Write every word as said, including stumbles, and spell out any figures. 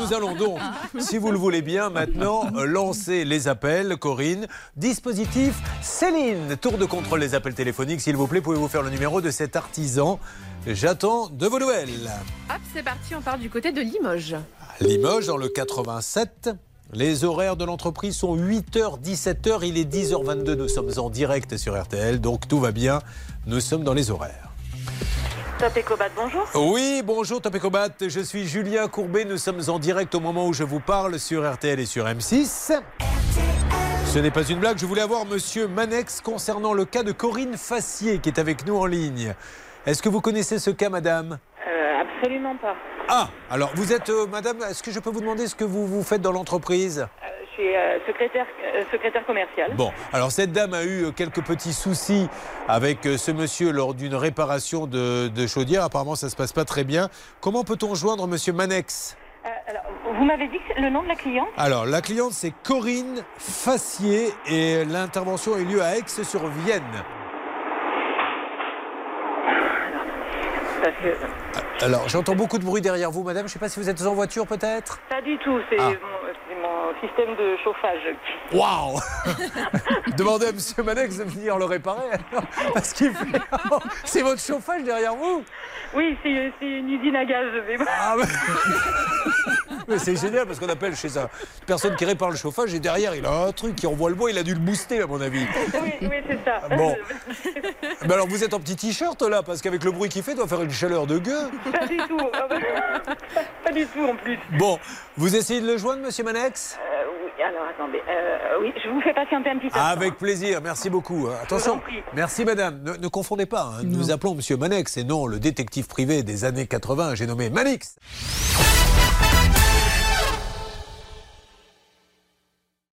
nous allons donc, si vous le voulez bien, maintenant lancer les appels. Corinne, dispositif Céline. Tour de contrôle des appels téléphoniques. S'il vous plaît, pouvez-vous faire le numéro de cet artisan? J'attends de vos nouvelles. Hop, c'est parti, on part du côté de Limoges. Limoges, dans le quatre-vingt-sept. Les horaires de l'entreprise sont huit heures dix-sept heures. Il est dix heures vingt-deux. Nous sommes en direct sur R T L, donc tout va bien. Nous sommes dans les horaires. Top Ecobat, bonjour. Oui, bonjour Top Ecobat. Je suis Julien Courbet. Nous sommes en direct au moment où je vous parle sur R T L et sur M six. Ce n'est pas une blague. Je voulais avoir Monsieur Manex concernant le cas de Corinne Fassier qui est avec nous en ligne. Est-ce que vous connaissez ce cas, madame? euh, Absolument pas. Ah, alors vous êtes, euh, madame, est-ce que je peux vous demander ce que vous, vous faites dans l'entreprise? euh, Je suis euh, secrétaire, euh, secrétaire commerciale. Bon, alors cette dame a eu quelques petits soucis avec ce monsieur lors d'une réparation de, de chaudière. Apparemment, ça ne se passe pas très bien. Comment peut-on joindre monsieur Manex? Euh, alors, vous m'avez dit que le nom de la cliente? Alors, la cliente, c'est Corinne Fassier et l'intervention a eu lieu à Aix-sur-Vienne. Parce que... Alors, j'entends beaucoup de bruit derrière vous, madame. Je ne sais pas si vous êtes en voiture, peut-être? Pas du tout, c'est Ah. mon, c'est mon système de chauffage. Waouh. Demandez à monsieur Manex de venir le réparer. Parce qu'il fait... C'est votre chauffage derrière vous? Oui, c'est, c'est une usine à gaz. Mais... Ah, mais... mais c'est génial parce qu'on appelle chez ça personne qui répare le chauffage et derrière il a un truc qui envoie le bois, il a dû le booster à mon avis. Oui, oui, c'est ça. Bon. Mais alors vous êtes en petit t-shirt là parce qu'avec le bruit qu'il fait, il doit faire une chaleur de gueux. Pas du tout. Pas du tout en plus. Bon, vous essayez de le joindre, monsieur Manex? Euh, oui, alors attendez. Euh, oui, je vous fais patienter un petit peu. Avec plaisir, merci beaucoup. Attention, merci madame, ne, ne confondez pas, hein. Nous appelons monsieur Manex et non le détective privé des années quatre-vingts, j'ai nommé Manix.